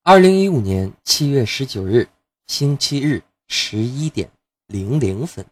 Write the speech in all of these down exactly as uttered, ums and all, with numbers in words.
二零一五年七月十九日，星期日十一点零零分。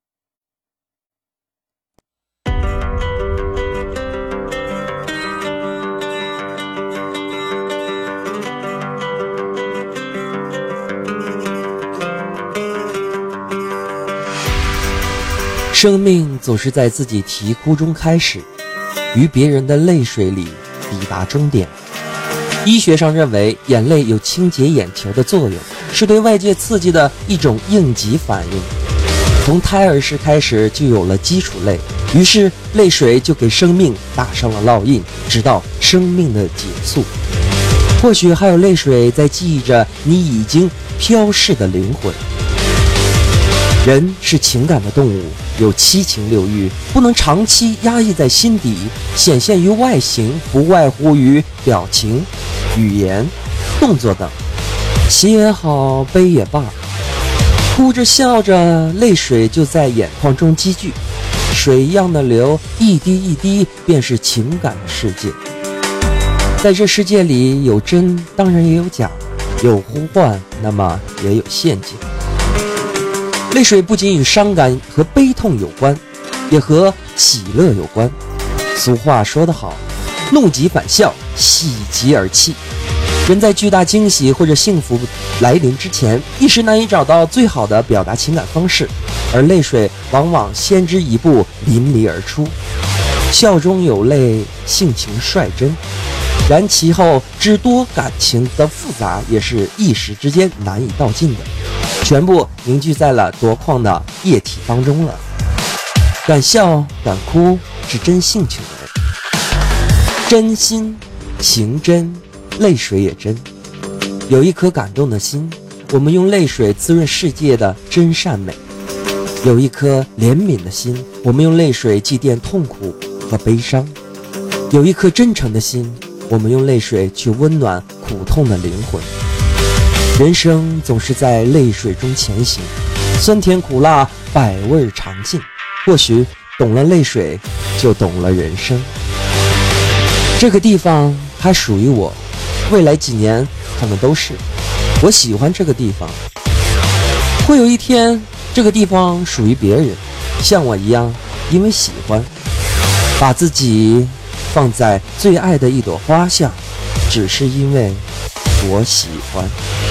生命总是在自己啼哭中开始，于别人的泪水里抵达终点。医学上认为，眼泪有清洁眼球的作用，是对外界刺激的一种应急反应。从胎儿时开始就有了基础泪，于是泪水就给生命打上了烙印，直到生命的结束。或许还有泪水在记忆着你已经飘逝的灵魂。人是情感的动物，有七情六欲，不能长期压抑在心底，显现于外形，不外乎于表情、语言、动作等。喜也好，悲也罢，哭着笑着，泪水就在眼眶中积聚，水一样的流，一滴一滴便是情感的世界。在这世界里，有真，当然也有假，有呼唤，那么也有陷阱。泪水不仅与伤感和悲痛有关，也和喜乐有关。俗话说得好，怒极反笑，喜极而泣。人在巨大惊喜或者幸福来临之前，一时难以找到最好的表达情感方式，而泪水往往先之一步淋漓而出。笑中有泪，性情率真，然其后之多感情的复杂，也是一时之间难以道尽的，全部凝聚在了夺眶的液体当中了。敢笑敢哭是真性情的人，真心情真，泪水也真。有一颗感动的心，我们用泪水滋润世界的真善美；有一颗怜悯的心，我们用泪水祭奠痛苦和悲伤；有一颗真诚的心，我们用泪水去温暖苦痛的灵魂。人生总是在泪水中前行，酸甜苦辣，百味尝尽。或许懂了泪水，就懂了人生。这个地方它属于我，未来几年可能都是。我喜欢这个地方，会有一天这个地方属于别人，像我一样，因为喜欢，把自己放在最爱的一朵花下，只是因为我喜欢。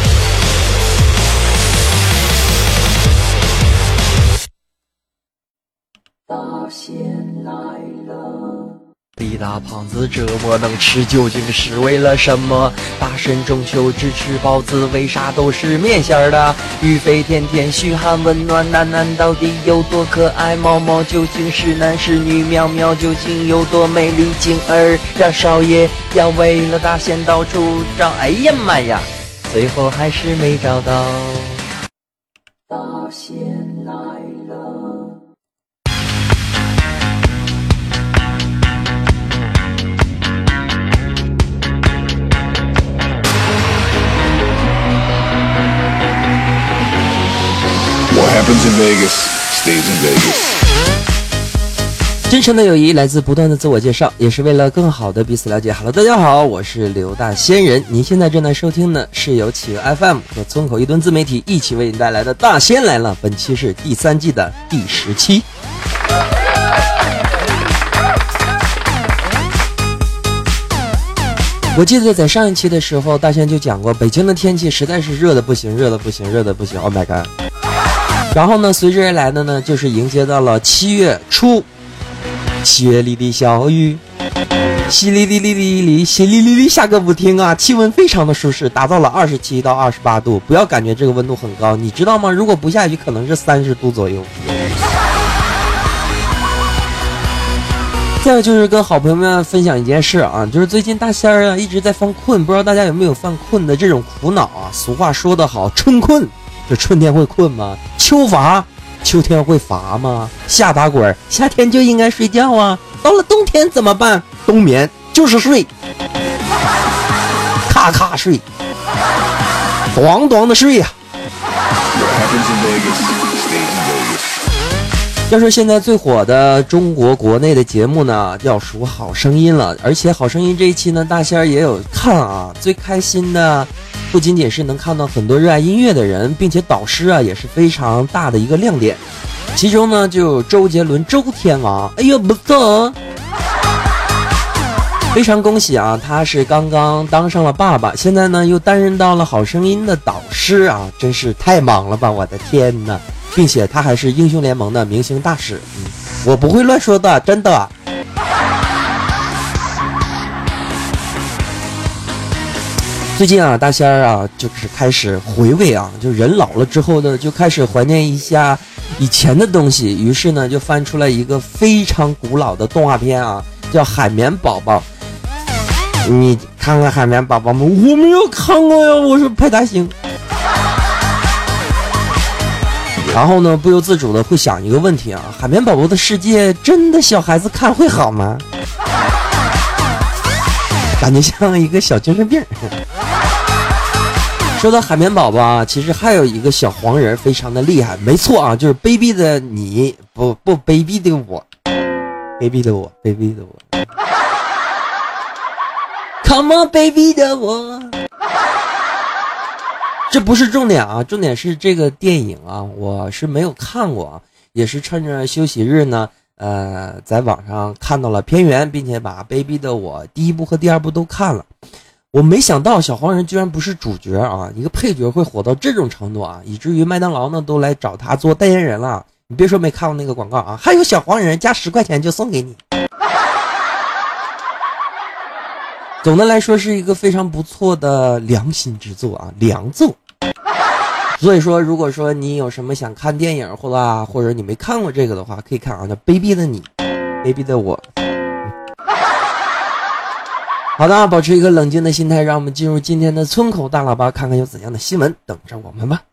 大仙来了， 李大胖子这么能吃，究竟是为了什么？大神中秋只吃包子，为啥都是面馅的？玉飞甜甜，嘘寒问暖，楠楠到底有多可爱？毛毛究竟是男是女？苗苗究竟有多美丽？静儿让少爷要为了大仙到处找，哎呀妈呀，最后还是没找到。 大仙来了。 What happens in Vegas stays in Vegas。 真诚的友谊来自不断的自我介绍，也是为了更好的彼此了解。Hello， 大家好，我是刘大仙人。您现在正在收听的是由企鹅 F M 和村口一吨自媒体一起为您带来的《大仙来了》，本期是第三季的第十期。我记得在上一期的时候，大仙就讲过，北京的天气实在是热的不行，热的不行，热的不行。Oh my god！ 然后呢，随之而来的呢，就是迎接到了七月初，七月里的小雨，淅沥沥沥沥沥，淅沥沥沥下个不停啊！气温非常的舒适，达到了二十七到二十八度。不要感觉这个温度很高，你知道吗？如果不下雨，可能是三十度左右。再有就是跟好朋友们分享一件事啊，就是最近大仙儿啊一直在犯困，不知道大家有没有犯困的这种苦恼啊？俗话说得好，春困，这春天会困吗？秋乏，秋天会乏吗？夏打滚，夏天就应该睡觉啊。到了冬天怎么办？冬眠就是睡，咔咔睡，咣咣的睡呀、啊。 要说现在最火的中国国内的节目呢，要数好声音了，而且好声音这一期呢，大仙儿也有看啊。最开心的不仅仅是能看到很多热爱音乐的人，并且导师啊也是非常大的一个亮点。其中呢就有周杰伦周天王，哎呦不错，非常恭喜啊，他是刚刚当上了爸爸，现在呢又担任到了好声音的导师啊，真是太忙了吧，我的天哪！并且他还是英雄联盟的明星大使，嗯，我不会乱说的，真的。最近啊，大仙儿啊，就是开始回味啊，就人老了之后呢，就开始怀念一下以前的东西，于是呢，就翻出来一个非常古老的动画片啊，叫《海绵宝宝》。你看看《海绵宝宝》吗？我没有看过呀，我是派大星。然后呢，不由自主的会想一个问题啊，海绵宝宝的世界真的小孩子看会好吗？感觉像一个小精神病。说到海绵宝宝啊，其实还有一个小黄人非常的厉害，没错啊，就是卑鄙的你，不不卑鄙的我，卑鄙的我，卑鄙的我 ，Come on baby 的我。这不是重点啊，重点是这个电影啊，我是没有看过啊，也是趁着休息日呢，呃，在网上看到了片源，并且把《卑鄙的我》第一部和第二部都看了。我没想到小黄人居然不是主角啊，一个配角会火到这种程度啊，以至于麦当劳呢都来找他做代言人了。你别说没看过那个广告啊，还有小黄人加十块钱就送给你。总的来说是一个非常不错的良心之作啊，良作。所以说如果说你有什么想看电影或者或者你没看过这个的话，可以看啊，叫卑鄙的你，卑鄙的我。好的，保持一个冷静的心态，让我们进入今天的村口大喇叭，看看有怎样的新闻等着我们吧。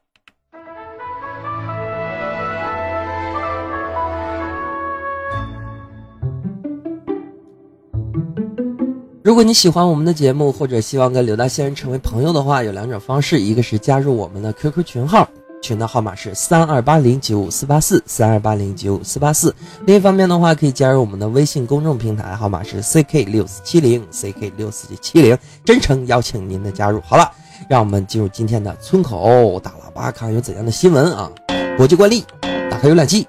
如果你喜欢我们的节目，或者希望跟刘大仙人成为朋友的话，有两种方式，一个是加入我们的 Q Q 群号，群的号码是三二八零九五四八四 三二八零九五四八四。另一方面的话，可以加入我们的微信公众平台，号码是 C K 六四七零 C K 六四七零，真诚邀请您的加入。好了，让我们进入今天的村口大喇叭，看有怎样的新闻啊！国际惯例，打开浏览器。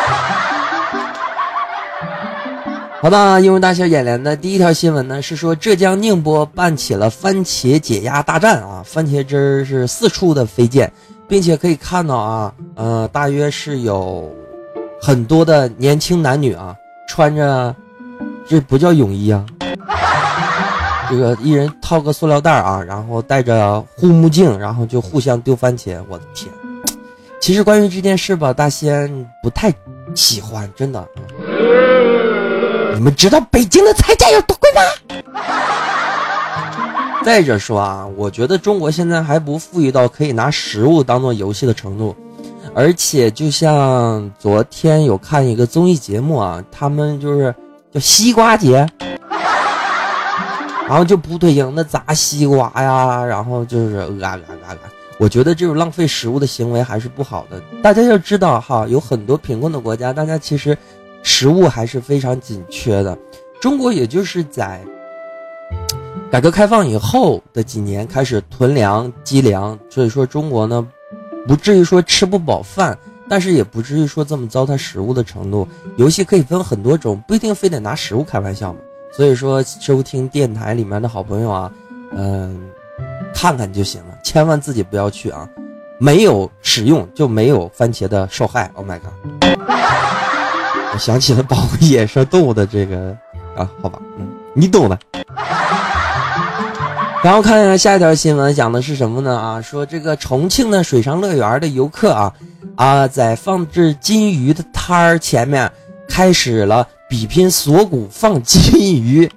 好的，映入大仙眼帘的第一条新闻呢，是说浙江宁波办起了番茄解压大战啊，番茄汁儿是四处的飞溅，并且可以看到啊，呃，大约是有很多的年轻男女啊，穿着这不叫泳衣啊，这个一人套个塑料袋啊，然后戴着护目镜，然后就互相丢番茄，我的天！其实关于这件事吧，大仙不太喜欢，真的。你们知道北京的菜价有多贵吗？再者说啊，我觉得中国现在还不富裕到可以拿食物当做游戏的程度，而且就像昨天有看一个综艺节目啊，他们就是叫西瓜节，然后就不对应的砸西瓜呀，然后就是啊啊啊啊！我觉得这种浪费食物的行为还是不好的。大家要知道哈，有很多贫困的国家，大家其实食物还是非常紧缺的。中国也就是在改革开放以后的几年开始囤粮积粮，所以说中国呢不至于说吃不饱饭，但是也不至于说这么糟蹋食物的程度。游戏可以分很多种，不一定非得拿食物开玩笑嘛。所以说收听电台里面的好朋友啊，嗯、呃，看看就行了，千万自己不要去啊，没有使用就没有番茄的受害。 Oh my god，我想起了保护野生动物的这个啊，好吧，嗯，你懂的。然后看一下下一条新闻，讲的是什么呢？啊，说这个重庆的水上乐园的游客啊啊，在放置金鱼的摊儿前面开始了比拼锁骨放金鱼。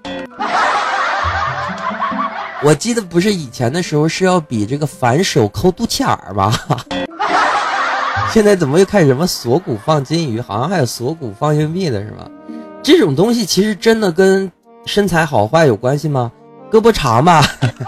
我记得不是以前的时候是要比这个反手抠肚脐眼吧？现在怎么又开始什么锁骨放金鱼？好像还有锁骨放硬币的是吧？这种东西其实真的跟身材好坏有关系吗？胳膊长吧，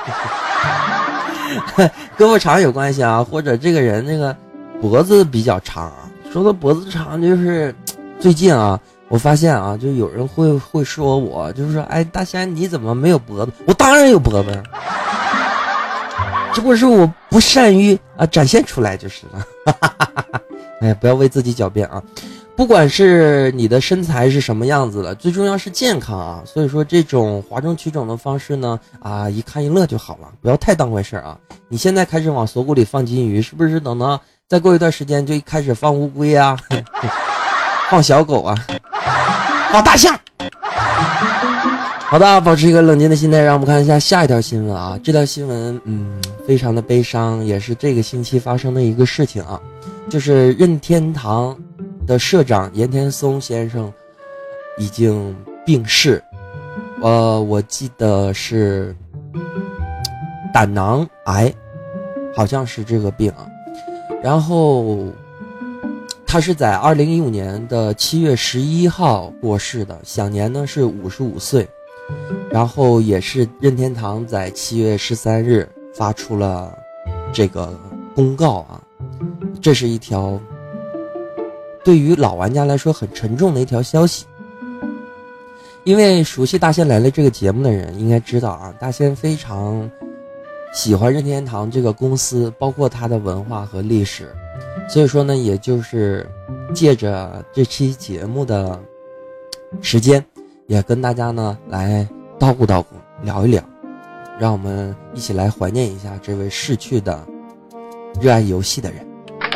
胳膊长有关系啊，或者这个人那个脖子比较长啊。说到脖子长，就是最近啊，我发现啊，就有人会会说我，就是说，哎，大仙你怎么没有脖子？我当然有脖子，只不过是我不善于啊展现出来就是了。哎，不要为自己狡辩啊！不管是你的身材是什么样子了，最重要是健康啊。所以说这种哗众取宠的方式呢，啊，一看一乐就好了，不要太当回事啊。你现在开始往锁骨里放金鱼，是不是等到再过一段时间就开始放乌龟啊，放小狗啊，放大象？好的，保持一个冷静的心态，让我们看一下下一条新闻啊。这条新闻嗯，非常的悲伤，也是这个星期发生的一个事情啊，就是任天堂的社长岩田松先生已经病逝，呃，我记得是胆囊癌，好像是这个病啊。然后他是在二零一五年的七月十一号过世的，享年呢是五十五岁。然后也是任天堂在七月十三日发出了这个公告啊，这是一条对于老玩家来说很沉重的一条消息。因为熟悉大仙来了这个节目的人应该知道啊，大仙非常喜欢任天堂这个公司，包括它的文化和历史，所以说呢，也就是借着这期节目的时间，也跟大家呢来叨咕叨咕，聊一聊，让我们一起来怀念一下这位逝去的热爱游戏的人。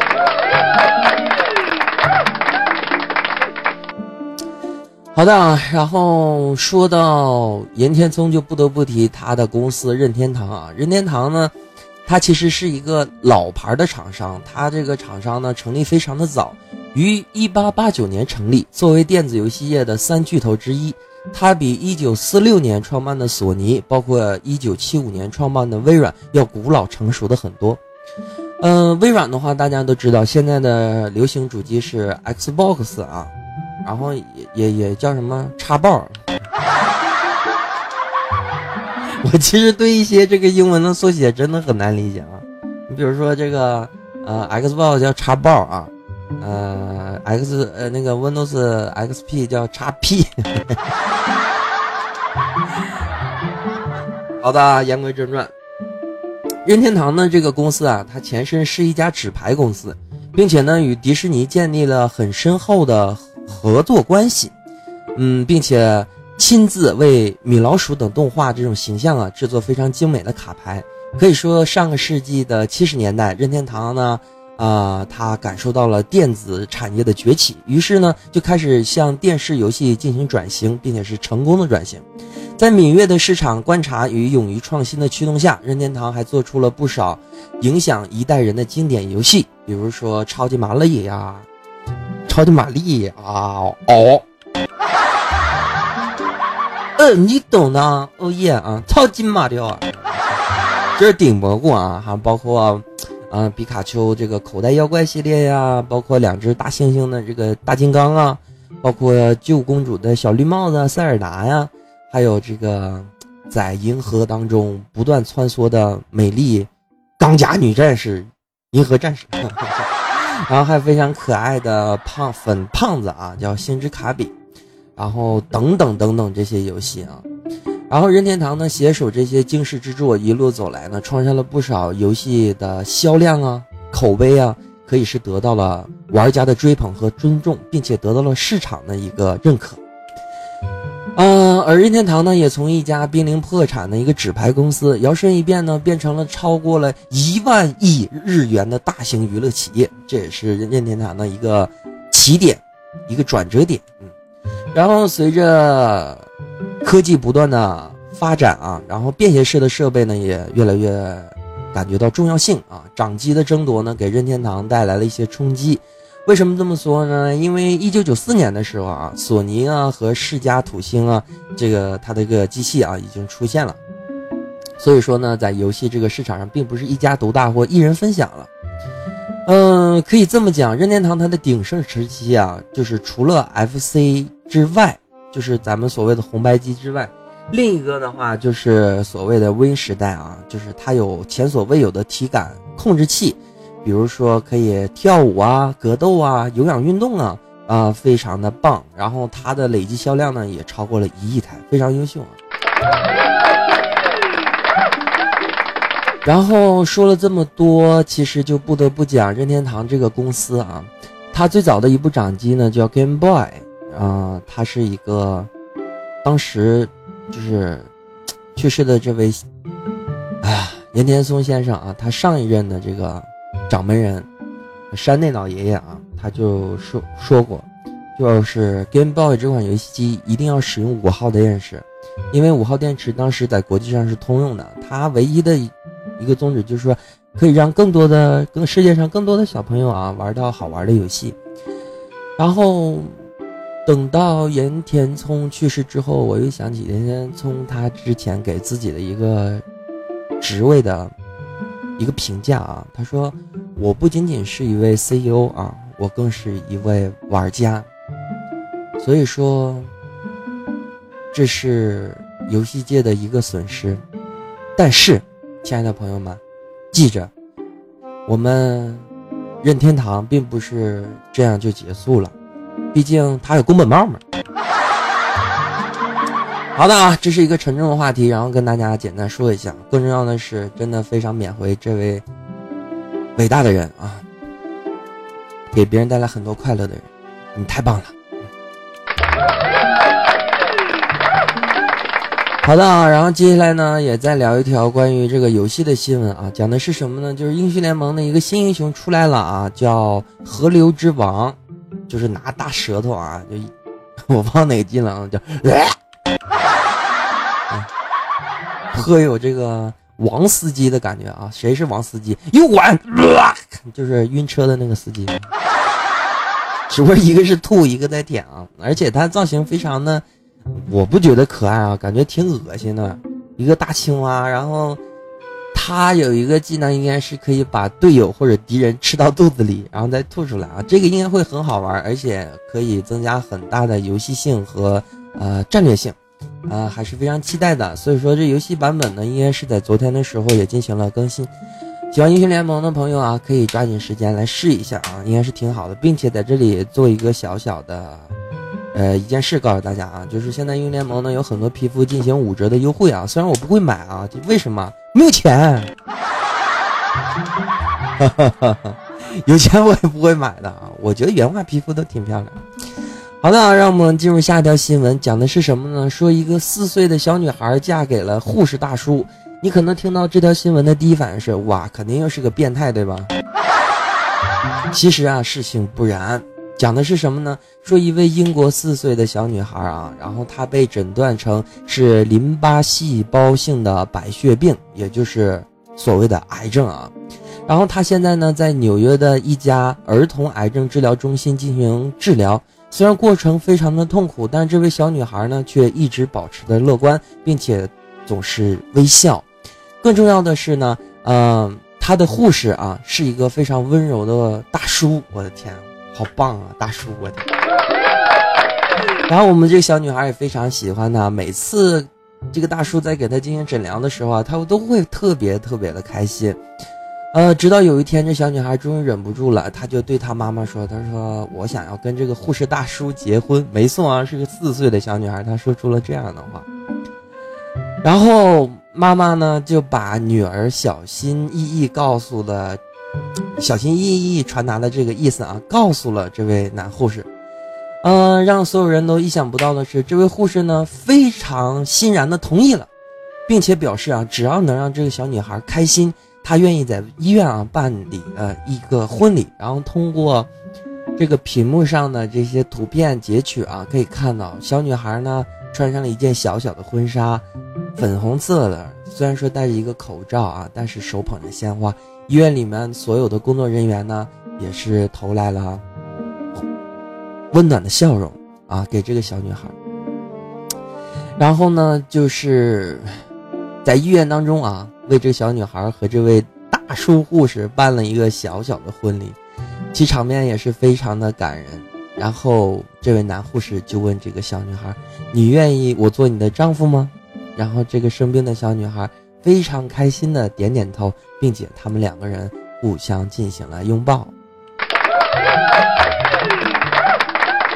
好的，然后说到岩田聪，就不得不提他的公司任天堂啊。任天堂呢，它其实是一个老牌的厂商，它这个厂商呢成立非常的早，于一八八九年成立，作为电子游戏业的三巨头之一。它比一九四六年创办的索尼，包括一九七五年创办的微软要古老成熟的很多。嗯、呃，微软的话大家都知道，现在的流行主机是 Xbox 啊，然后也也也叫什么叉爆。我其实对一些这个英文的缩写真的很难理解啊。你比如说这个呃 Xbox 叫叉爆啊。呃 X 呃那个 Windows X P 叫 X P 好的，言归正传，任天堂呢这个公司啊，它前身是一家纸牌公司，并且呢与迪士尼建立了很深厚的合作关系，嗯，并且亲自为米老鼠等动画这种形象啊制作非常精美的卡牌。可以说上个世纪的七十年代，任天堂呢啊、呃，他感受到了电子产业的崛起，于是呢，就开始向电视游戏进行转型，并且是成功的转型。在敏锐的市场观察与勇于创新的驱动下，任天堂还做出了不少影响一代人的经典游戏，比如说超级玛丽呀、超级玛丽啊，哦，嗯，你懂的，哦耶啊，超级马里奥啊，这是顶蘑菇啊，还包括。啊，皮卡丘这个口袋妖怪系列呀，包括两只大猩猩的这个大金刚啊，包括救公主的小绿帽子塞尔达呀，还有这个在银河当中不断穿梭的美丽钢甲女战士银河战士然后还有非常可爱的胖粉胖子啊，叫星之卡比，然后等等等等这些游戏啊。然后任天堂呢携手这些惊世之作一路走来呢，创下了不少游戏的销量啊、口碑啊，可以是得到了玩家的追捧和尊重，并且得到了市场的一个认可。呃，而任天堂呢也从一家濒临破产的一个纸牌公司摇身一变呢，变成了超过了一万亿日元的大型娱乐企业，这也是任天堂的一个起点，一个转折点。嗯，然后随着科技不断的发展啊，然后便携式的设备呢也越来越感觉到重要性啊，掌机的争夺呢给任天堂带来了一些冲击。为什么这么说呢？因为一九九四年的时候啊，索尼啊和世嘉土星啊，这个它的这个机器啊已经出现了，所以说呢，在游戏这个市场上并不是一家独大或一人分享了。嗯、呃，可以这么讲，任天堂它的鼎盛时期啊，就是除了 F C 之外，就是咱们所谓的红白机之外，另一个的话就是所谓的 Win 时代啊，就是它有前所未有的体感控制器，比如说可以跳舞啊、格斗啊、有氧运动啊， 啊、呃，非常的棒。然后它的累计销量呢也超过了一亿台，非常优秀啊。然后说了这么多，其实就不得不讲任天堂这个公司啊，它最早的一部掌机呢叫 Game Boy 啊、呃，它是一个当时就是去世的这位哎呀岩田松先生啊，他上一任的这个掌门人山内老爷爷啊，他就说说过，就是 Game Boy 这款游戏机一定要使用五号的电池，因为五号电池当时在国际上是通用的，它唯一的一个宗旨就是说可以让更多的更世界上更多的小朋友啊玩到好玩的游戏。然后等到岩田聪去世之后，我又想起岩田聪他之前给自己的一个职位的一个评价啊，他说我不仅仅是一位 C E O 啊，我更是一位玩家。所以说这是游戏界的一个损失。但是亲爱的朋友们，记着我们任天堂并不是这样就结束了，毕竟它有宫本茂嘛。好的啊，这是一个沉重的话题，然后跟大家简单说一下。更重要的是，真的非常缅怀这位伟大的人啊，给别人带来很多快乐的人，你太棒了。好的啊，然后接下来呢，也再聊一条关于这个游戏的新闻啊，讲的是什么呢？就是英雄联盟的一个新英雄出来了啊，叫河流之王，就是拿大舌头啊，就我忘哪个技能了，叫。颇有这个王司机的感觉啊！谁是王司机？右管，就是晕车的那个司机。只不过一个是吐，一个在舔啊！而且他造型非常的，我不觉得可爱啊，感觉挺恶心的。一个大青蛙，然后他有一个技能，应该是可以把队友或者敌人吃到肚子里，然后再吐出来啊！这个应该会很好玩，而且可以增加很大的游戏性和呃战略性。啊、呃，还是非常期待的。所以说这游戏版本呢，应该是在昨天的时候也进行了更新。喜欢英雄联盟的朋友啊，可以抓紧时间来试一下啊，应该是挺好的。并且在这里做一个小小的呃一件事告诉大家啊，就是现在英雄联盟呢有很多皮肤进行五折的优惠啊，虽然我不会买啊，为什么？没有钱。有钱我也不会买的啊，我觉得原画皮肤都挺漂亮。好的，让我们进入下一条新闻，讲的是什么呢？说一个四岁的小女孩嫁给了护士大叔。你可能听到这条新闻的第一反应是，哇，肯定又是个变态，对吧？其实啊，事情不然。讲的是什么呢？说一位英国四岁的小女孩啊，然后她被诊断成是淋巴细胞性的白血病，也就是所谓的癌症啊。然后她现在呢，在纽约的一家儿童癌症治疗中心进行治疗。虽然过程非常的痛苦，但这位小女孩呢却一直保持着乐观，并且总是微笑。更重要的是呢，呃，她的护士啊是一个非常温柔的大叔，我的天，好棒啊，大叔，我的天。然后我们这个小女孩也非常喜欢她，每次这个大叔在给她进行诊疗的时候啊，她都会特别特别的开心。呃，直到有一天，这小女孩终于忍不住了，她就对她妈妈说：“她说我想要跟这个护士大叔结婚。”没错啊，是个四岁的小女孩，她说出了这样的话。然后妈妈呢就把女儿小心翼翼告诉了，小心翼翼传达的这个意思啊，告诉了这位男护士。呃，让所有人都意想不到的是，这位护士呢非常欣然的同意了，并且表示啊，只要能让这个小女孩开心。他愿意在医院啊办理呃一个婚礼，然后通过这个屏幕上的这些图片截取啊，可以看到小女孩呢穿上了一件小小的婚纱，粉红色的，虽然说戴着一个口罩啊，但是手捧着鲜花。医院里面所有的工作人员呢，也是投来了温暖的笑容啊，给这个小女孩。然后呢，就是在医院当中啊，为这个小女孩和这位大叔护士办了一个小小的婚礼，其场面也是非常的感人。然后这位男护士就问这个小女孩：“你愿意我做你的丈夫吗？”然后这个生病的小女孩非常开心的点点头，并且他们两个人互相进行了拥抱。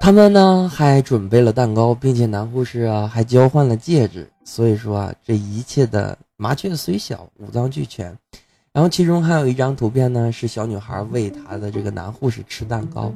他们呢还准备了蛋糕，并且男护士啊还交换了戒指。所以说啊，这一切的麻雀虽小，五脏俱全。然后其中还有一张图片呢，是小女孩喂她的这个男护士吃蛋糕。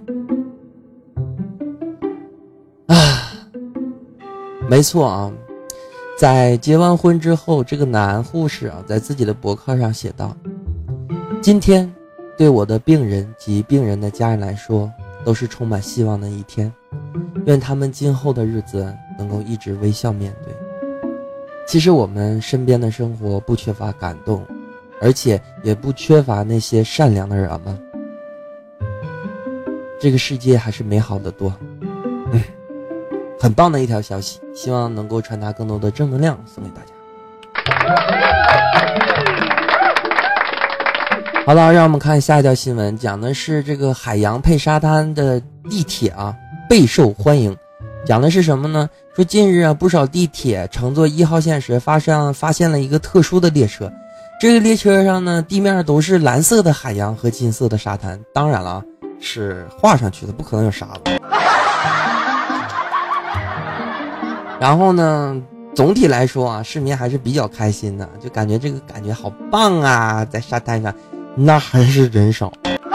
啊，没错啊，在结完婚之后，这个男护士啊在自己的博客上写道：今天对我的病人及病人的家人来说都是充满希望的一天，愿他们今后的日子能够一直微笑面对。其实我们身边的生活不缺乏感动，而且也不缺乏那些善良的人们，这个世界还是美好的多。嗯，很棒的一条消息，希望能够传达更多的正能量送给大家。好了，让我们看下一条新闻，讲的是这个海洋配沙滩的地铁啊备受欢迎。讲的是什么呢？说近日啊，不少地铁乘坐一号线时发生发现了一个特殊的列车，这个列车上呢，地面都是蓝色的海洋和金色的沙滩，当然了，是画上去的，不可能有沙子。然后呢，总体来说啊，市民还是比较开心的，就感觉这个感觉好棒啊，在沙滩上，那还是人少，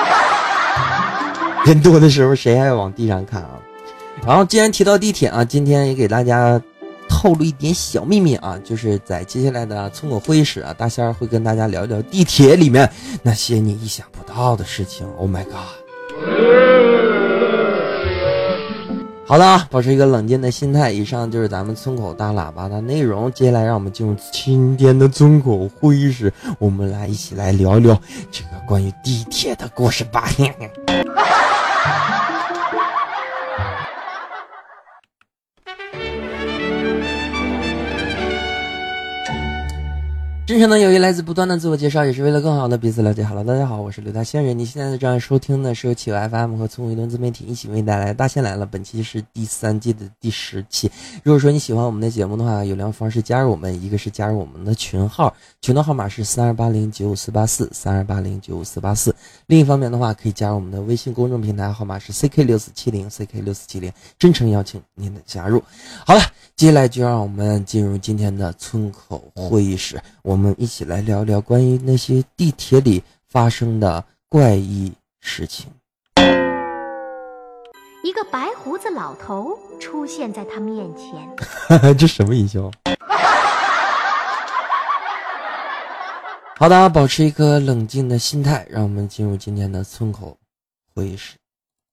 人多的时候谁还要往地上看啊？然后既然提到地铁啊，今天也给大家透露一点小秘密啊，就是在接下来的村口会议室啊，大仙儿会跟大家聊一聊地铁里面那些你意想不到的事情。 Oh my god。 好的啊，保持一个冷静的心态，以上就是咱们村口大喇叭的内容。接下来让我们进入今天的村口会议室，我们来一起来聊一聊这个关于地铁的故事吧。真诚的友谊来自不断的自我介绍，也是为了更好的彼此了解。好了，大家好，我是刘大仙人。你现在正在收听的是由企鹅 F M 和村口移动自媒体一起为你带来的大仙来了，本期是第三季的第十期。如果说你喜欢我们的节目的话，有两种方式加入我们，一个是加入我们的群号，群的号码是三二八零九五四八四 三二八零九五四八四。另一方面的话，可以加入我们的微信公众平台，号码是 C K 六四七零 C K 六四七零，真诚邀请您的加入。好了，接下来就让我们进入今天的村口会议室，我们一起来聊聊关于那些地铁里发生的怪异事情。 一个白胡子老头出现在他面前。 这什么音效？好的，保持一颗冷静的心态，让我们进入今天的村口会议室。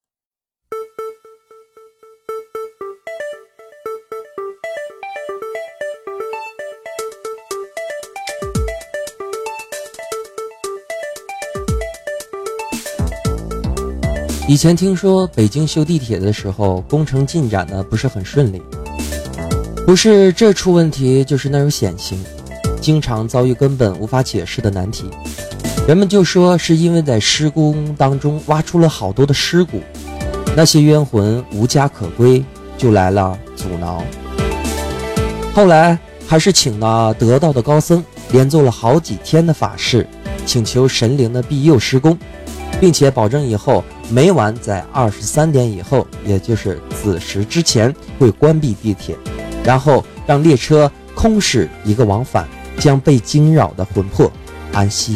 以前听说北京修地铁的时候，工程进展的不是很顺利，不是这出问题，就是那有险情，经常遭遇根本无法解释的难题。人们就说是因为在施工当中挖出了好多的尸骨，那些冤魂无家可归，就来了阻挠。后来还是请了得道的高僧，连做了好几天的法事，请求神灵的庇佑施工，并且保证以后每晚在二十三点以后，也就是子时之前会关闭地铁，然后让列车空驶一个往返，将被惊扰的魂魄安息。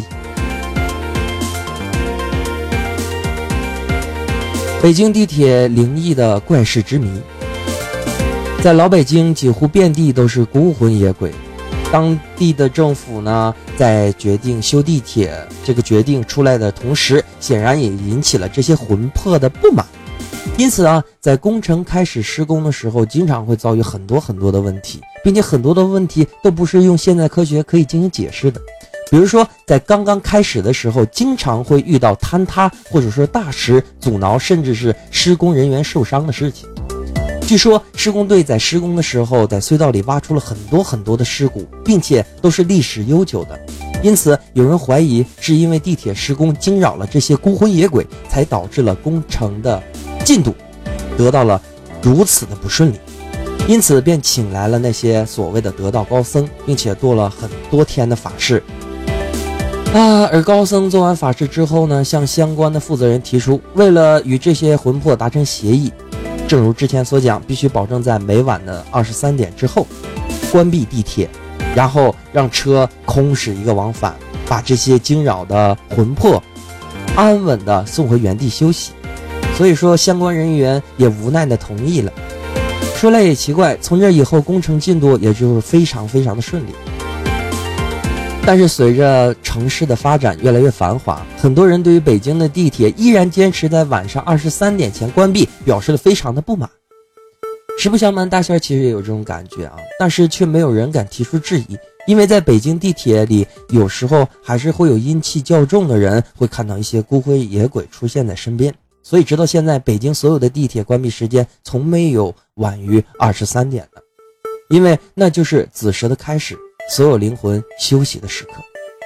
北京地铁灵异的怪事之谜，在老北京几乎遍地都是孤魂野鬼。当地的政府呢，在决定修地铁这个决定出来的同时，显然也引起了这些魂魄的不满。因此啊，在工程开始施工的时候，经常会遭遇很多很多的问题，并且很多的问题都不是用现代科学可以进行解释的。比如说，在刚刚开始的时候，经常会遇到坍塌或者说大石阻挠，甚至是施工人员受伤的事情。据说施工队在施工的时候，在隧道里挖出了很多很多的尸骨，并且都是历史悠久的。因此有人怀疑是因为地铁施工惊扰了这些孤魂野鬼，才导致了工程的进度得到了如此的不顺利。因此便请来了那些所谓的得道高僧，并且做了很多天的法事啊。而高僧做完法事之后呢，向相关的负责人提出，为了与这些魂魄达成协议， 正如之前所讲，必须保证在每晚的二十三点之后关闭地铁，然后让车空驶一个往返，把这些惊扰的魂魄安稳地送回原地休息。所以说相关人员也无奈地同意了。说来也奇怪，从这以后工程进度也就是非常非常的顺利。但是随着城市的发展越来越繁华，很多人对于北京的地铁依然坚持在晚上二十三点前关闭表示了非常的不满。实不相瞒，大仙儿其实也有这种感觉啊，但是却没有人敢提出质疑，因为在北京地铁里有时候还是会有阴气较重的人会看到一些孤魂野鬼出现在身边，所以直到现在北京所有的地铁关闭时间从没有晚于二十三点的，因为那就是子时的开始，所有灵魂休息的时刻。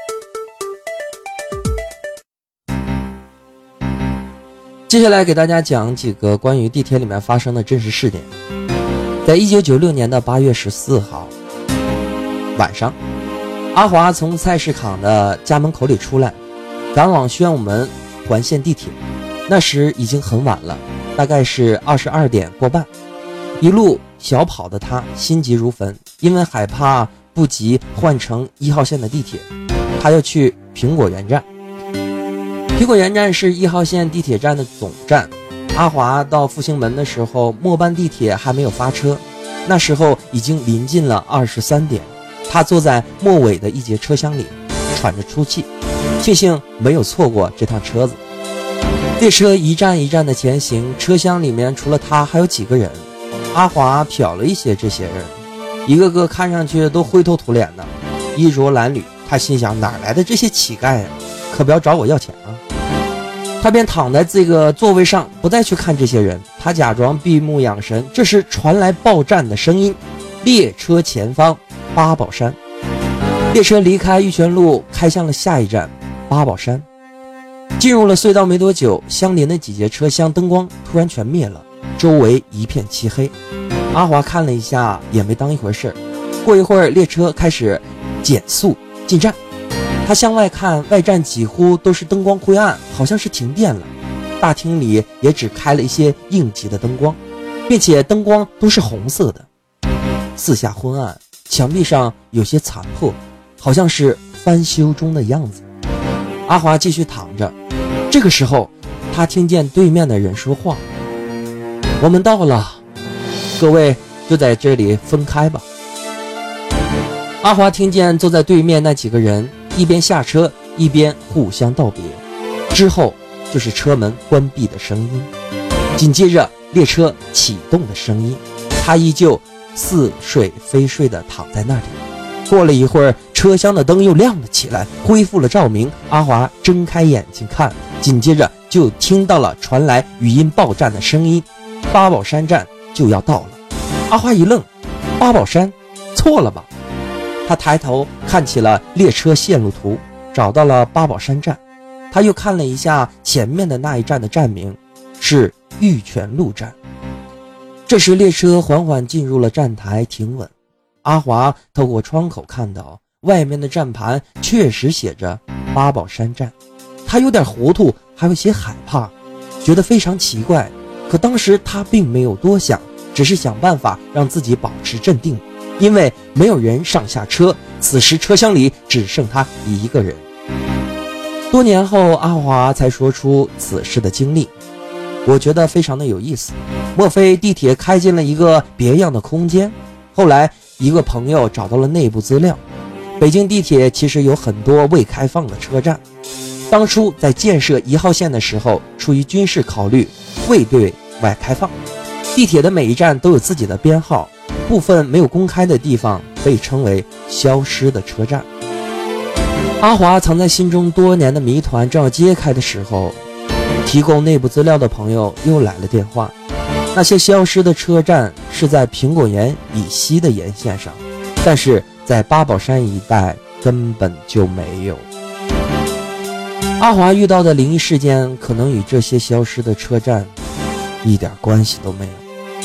接下来给大家讲几个关于地铁里面发生的真实事件。在一九九六年的八月十四号晚上，阿华从菜市场的家门口里出来，赶往宣武门环线地铁。那时已经很晚了，大概是二十二点过半。一路小跑的他心急如焚，因为害怕不及换乘一号线的地铁，他要去苹果园站。苹果园站是一号线地铁站的总站。阿华到复兴门的时候，末班地铁还没有发车，那时候已经临近了二十三点。他坐在末尾的一节车厢里，喘着粗气，庆幸没有错过这趟车子。列车一站一站的前行，车厢里面除了他还有几个人。阿华瞟了一些这些人，一个个看上去都灰头土脸的，衣着褴褛。他心想，哪来的这些乞丐啊，可不要找我要钱啊。他便躺在这个座位上，不再去看这些人。他假装闭目养神。这时传来报站的声音，列车前方八宝山。列车离开玉泉路，开向了下一站八宝山。进入了隧道没多久，相邻的几节车厢灯光突然全灭了，周围一片漆黑。阿华看了一下，也没当一回事。过一会儿，列车开始减速进站。他向外看，外站几乎都是灯光灰暗，好像是停电了。大厅里也只开了一些应急的灯光，并且灯光都是红色的。四下昏暗，墙壁上有些残破，好像是翻修中的样子。阿华继续躺着。这个时候，他听见对面的人说话：“我们到了，各位就在这里分开吧。”阿华听见坐在对面那几个人一边下车一边互相道别，之后就是车门关闭的声音，紧接着列车启动的声音。他依旧似睡非睡地躺在那里。过了一会儿，车厢的灯又亮了起来，恢复了照明。阿华睁开眼睛看，紧接着就听到了传来语音报站的声音：八宝山站就要到了。阿华一愣，八宝山？错了吧？他抬头看起了列车线路图，找到了八宝山站。他又看了一下前面的那一站的站名，是玉泉路站。这时列车缓缓进入了站台，停稳。阿华透过窗口看到外面的站盘确实写着八宝山站。他有点糊涂，还有些害怕，觉得非常奇怪。可当时他并没有多想，只是想办法让自己保持镇定，因为没有人上下车，此时车厢里只剩他一个人。多年后，阿华才说出此事的经历，我觉得非常的有意思。莫非地铁开进了一个别样的空间？后来一个朋友找到了内部资料，北京地铁其实有很多未开放的车站，当初在建设一号线的时候，出于军事考虑，未对外开放。地铁的每一站都有自己的编号，部分没有公开的地方被称为消失的车站。阿华藏在心中多年的谜团正要揭开的时候，提供内部资料的朋友又来了电话。那些消失的车站是在苹果园以西的沿线上，但是在八宝山一带根本就没有。阿华遇到的灵异事件可能与这些消失的车站一点关系都没有。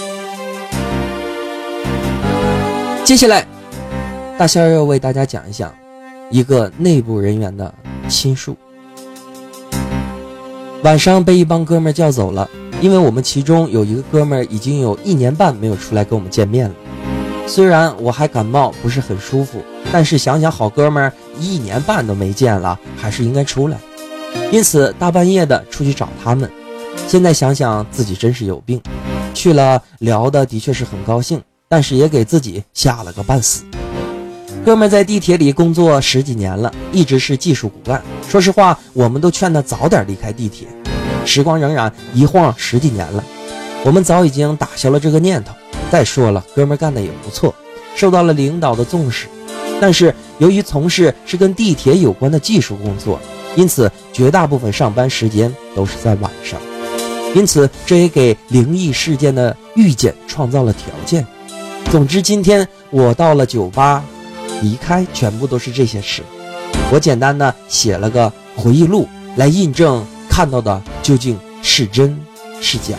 接下来大仙儿要为大家讲一讲一个内部人员的亲述。晚上被一帮哥们儿叫走了， 因为我们其中有一个哥们儿已经有一年半没有出来跟我们见面了。虽然我还感冒不是很舒服，但是想想好哥们儿一年半都没见了，还是应该出来。因此大半夜的出去找他们。现在想想自己真是有病，去了聊的的确是很高兴，但是也给自己吓了个半死。哥们在地铁里工作十几年了，一直是技术骨干。说实话，我们都劝他早点离开地铁。时光荏苒，一晃十几年了，我们早已经打消了这个念头。再说了，哥们干的也不错，受到了领导的重视。但是由于从事是跟地铁有关的技术工作，因此绝大部分上班时间都是在晚上。因此这也给灵异事件的预见创造了条件。总之，今天我到了酒吧离开，全部都是这些事。我简单的写了个回忆录来印证看到的究竟是真是假。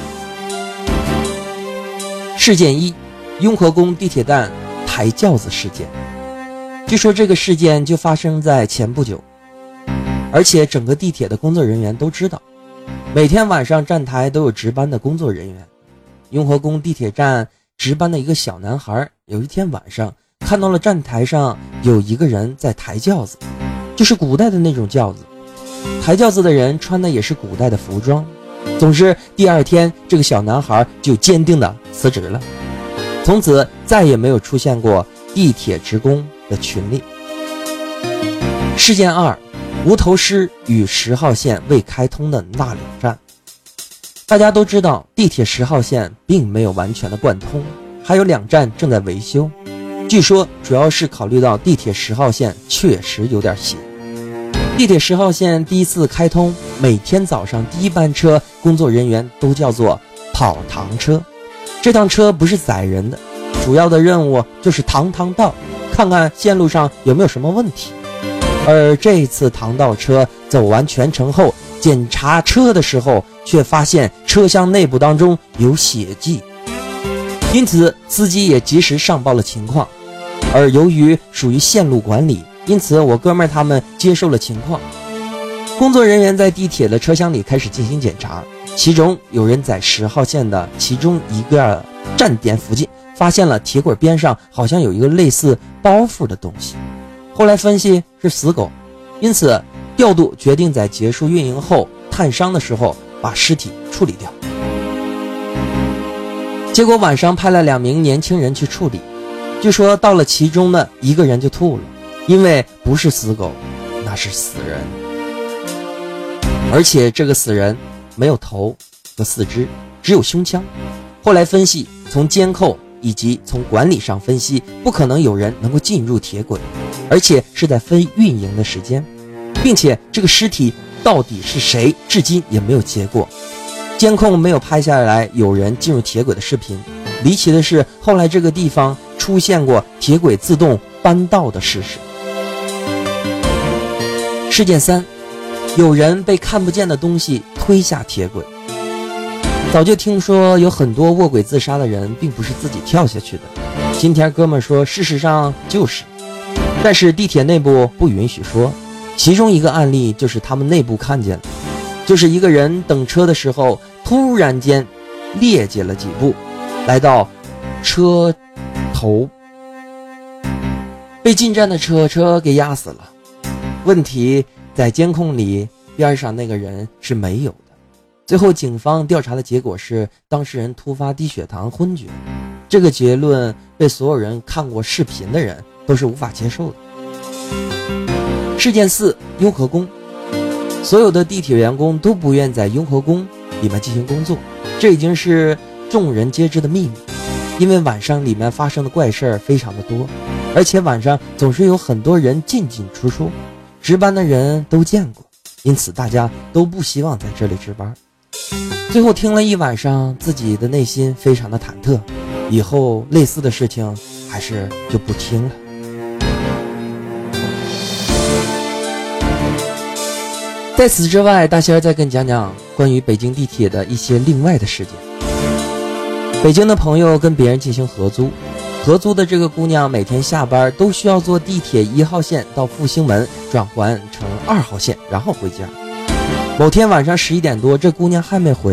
事件一：雍和宫地铁站抬轿子事件。据说这个事件就发生在前不久，而且整个地铁的工作人员都知道。每天晚上站台都有值班的工作人员。雍和宫地铁站值班的一个小男孩，有一天晚上看到了站台上有一个人在抬轿子，就是古代的那种轿子。抬轿子的人穿的也是古代的服装。总之第二天这个小男孩就坚定的辞职了，从此再也没有出现过地铁职工的群里。事件二：无头狮与十号线未开通的纳凉站。大家都知道地铁十号线并没有完全的贯通，还有两站正在维修。据说主要是考虑到地铁十号线确实有点斜。地铁十号线第一次开通，每天早上第一班车工作人员都叫做跑堂车。这趟车不是载人的，主要的任务就是堂堂道，看看线路上有没有什么问题。而这一次堂道车走完全程后，检查车的时候却发现车厢内部当中有血迹，因此司机也及时上报了情况。而由于属于线路管理，因此我哥们儿他们接受了情况。工作人员在地铁的车厢里开始进行检查，其中有人在十号线的其中一个站点附近发现了铁轨边上好像有一个类似包袱的东西，后来分析是死狗，因此调度决定在结束运营后探伤的时候把尸体处理掉。结果晚上派了两名年轻人去处理，据说到了其中的一个人就吐了，因为不是死狗，那是死人。而且这个死人没有头和四肢，只有胸腔。后来分析，从监控以及从管理上分析，不可能有人能够进入铁轨，而且是在非运营的时间，并且这个尸体到底是谁，至今也没有结果。监控没有拍下来有人进入铁轨的视频。离奇的是，后来这个地方出现过铁轨自动搬道的事实。事件三：有人被看不见的东西推下铁轨。早就听说有很多卧轨自杀的人并不是自己跳下去的，今天哥们说事实上就是，但是地铁内部不允许说。其中一个案例就是他们内部看见了，就是一个人等车的时候突然间趔趄了几步，来到车头，被进站的车车给压死了。问题在监控里边上那个人是没有的。最后警方调查的结果是当事人突发低血糖昏厥，这个结论被所有人看过视频的人都是无法接受的。事件四：雍和宫。所有的地铁员工都不愿在雍和宫里面进行工作，这已经是众人皆知的秘密。因为晚上里面发生的怪事儿非常的多，而且晚上总是有很多人进进出出，值班的人都见过，因此大家都不希望在这里值班。最后听了一晚上，自己的内心非常的忐忑，以后类似的事情还是就不听了。在此之外，大仙儿再跟讲讲关于北京地铁的一些另外的事件。北京的朋友跟别人进行合租，合租的这个姑娘每天下班都需要坐地铁一号线到复兴门转换成二号线，然后回家。某天晚上十一点多，这姑娘还没回来，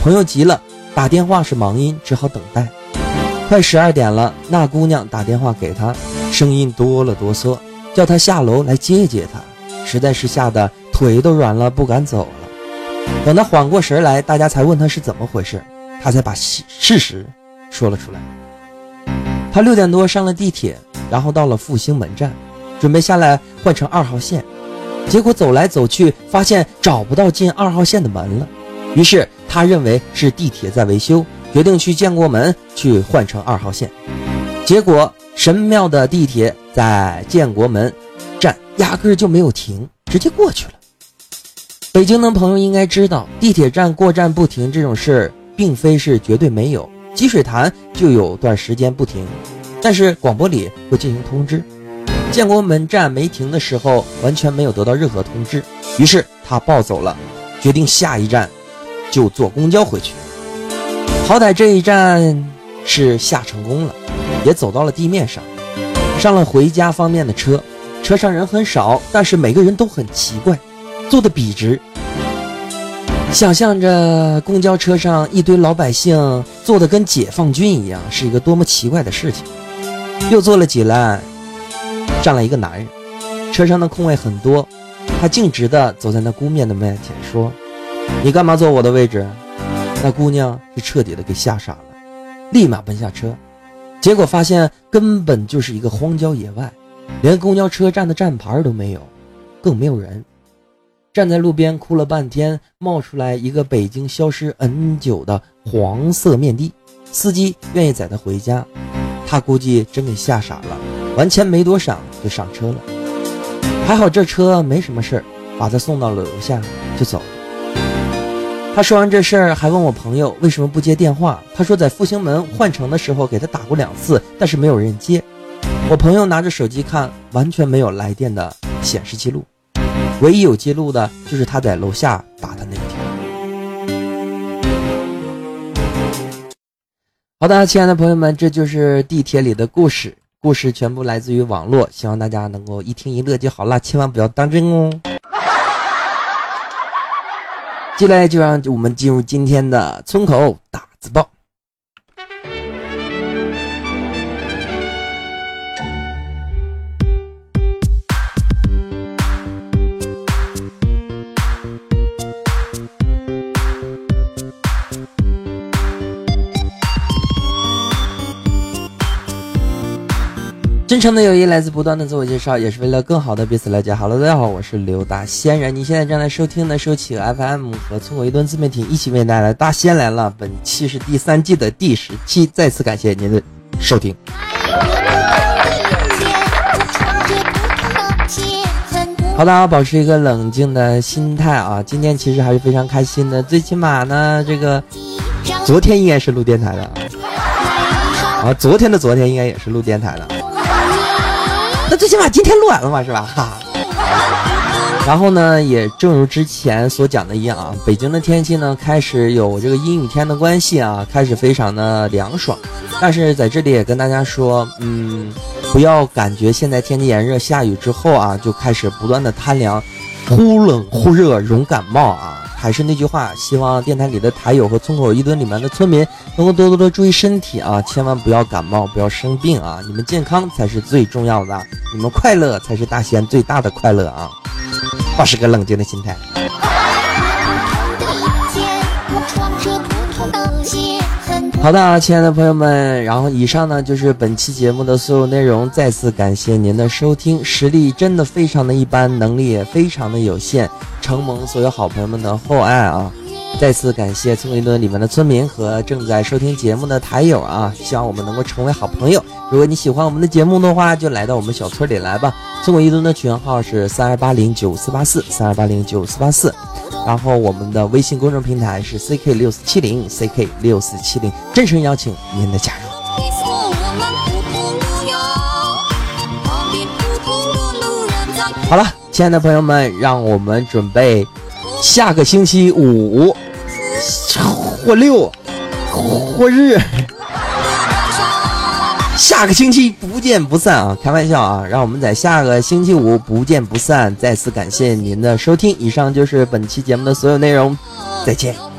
朋友急了，打电话是忙音，只好等待。快十二点了，那姑娘打电话给他，声音哆了哆嗦，叫他下楼来接接他，实在是吓得腿都软了，不敢走了。等他缓过神来，大家才问他是怎么回事，他才把事实说了出来。他六点多上了地铁，然后到了复兴门站，准备下来换乘二号线，结果走来走去，发现找不到进二号线的门了。于是他认为是地铁在维修，决定去建国门去换乘二号线。结果神庙的地铁在建国门站压根儿就没有停，直接过去了。北京的朋友应该知道，地铁站过站不停这种事并非是绝对没有，积水潭就有段时间不停，但是广播里会进行通知。建国门站没停的时候完全没有得到任何通知，于是他暴走了，决定下一站就坐公交回去。好歹这一站是下成功了，也走到了地面上，上了回家方面的车。车上人很少，但是每个人都很奇怪，坐得笔直。想象着公交车上一堆老百姓坐得跟解放军一样，是一个多么奇怪的事情。又坐了几栏，站了一个男人，车上的空位很多，他径直地走在那姑娘的面前说：你干嘛坐我的位置？那姑娘是彻底的给吓傻了，立马奔下车，结果发现根本就是一个荒郊野外，连公交车站的站牌都没有，更没有人。站在路边哭了半天，冒出来一个北京消失 N 久的黄色面的，司机愿意载他回家，他估计真给吓傻了，完钱没多少就上车了。还好这车没什么事，把他送到了楼下就走了。他说完这事儿还问我朋友为什么不接电话，他说在复兴门换乘的时候给他打过两次，但是没有人接。我朋友拿着手机看，完全没有来电的显示记录，唯一有记录的就是他在楼下打的那一条。好的，亲爱的朋友们，这就是地铁里的故事，故事全部来自于网络，希望大家能够一听一乐就好了，千万不要当真哦。接下来就让我们进入今天的村口打字报。真诚的友谊来自不断的自我介绍，也是为了更好的彼此了解。Hello， 大家好，我是刘大仙人。你现在正在收听的收起 F M 和村口一吨自媒体一起为你带来大仙来了。本期是第三季的第十期，再次感谢您的收听。好的，保持一个冷静的心态啊！今天其实还是非常开心的，最起码呢，这个昨天应该是录电台的啊，啊，昨天的昨天应该也是录电台的。那最起码今天录完了嘛，是吧？哈。然后呢，也正如之前所讲的一样啊，北京的天气呢开始有这个阴雨天的关系啊，开始非常的凉爽。但是在这里也跟大家说，嗯，不要感觉现在天气炎热，下雨之后啊就开始不断的贪凉，忽冷忽热，容感冒啊。还是那句话，希望电台里的台友和村口一吨里面的村民能够多多的注意身体啊，千万不要感冒，不要生病啊！你们健康才是最重要的，你们快乐才是大仙最大的快乐啊！保持个冷静的心态。好的，亲爱的朋友们，然后以上呢就是本期节目的所有内容，再次感谢您的收听。实力真的非常的一般，能力也非常的有限，承蒙所有好朋友们的厚爱啊！再次感谢村口一吨里面的村民和正在收听节目的台友啊！希望我们能够成为好朋友。如果你喜欢我们的节目的话，就来到我们小村里来吧。村口一吨的群号是三二八零九四八四三二八零九四八四。然后我们的微信公众平台是 C K 六四七零 C K 六四七零， 真诚邀请您的加入。好了，亲爱的朋友们，让我们准备下个星期五或六或日，下个星期不见不散啊！开玩笑啊，让我们在下个星期五不见不散。再次感谢您的收听，以上就是本期节目的所有内容，再见。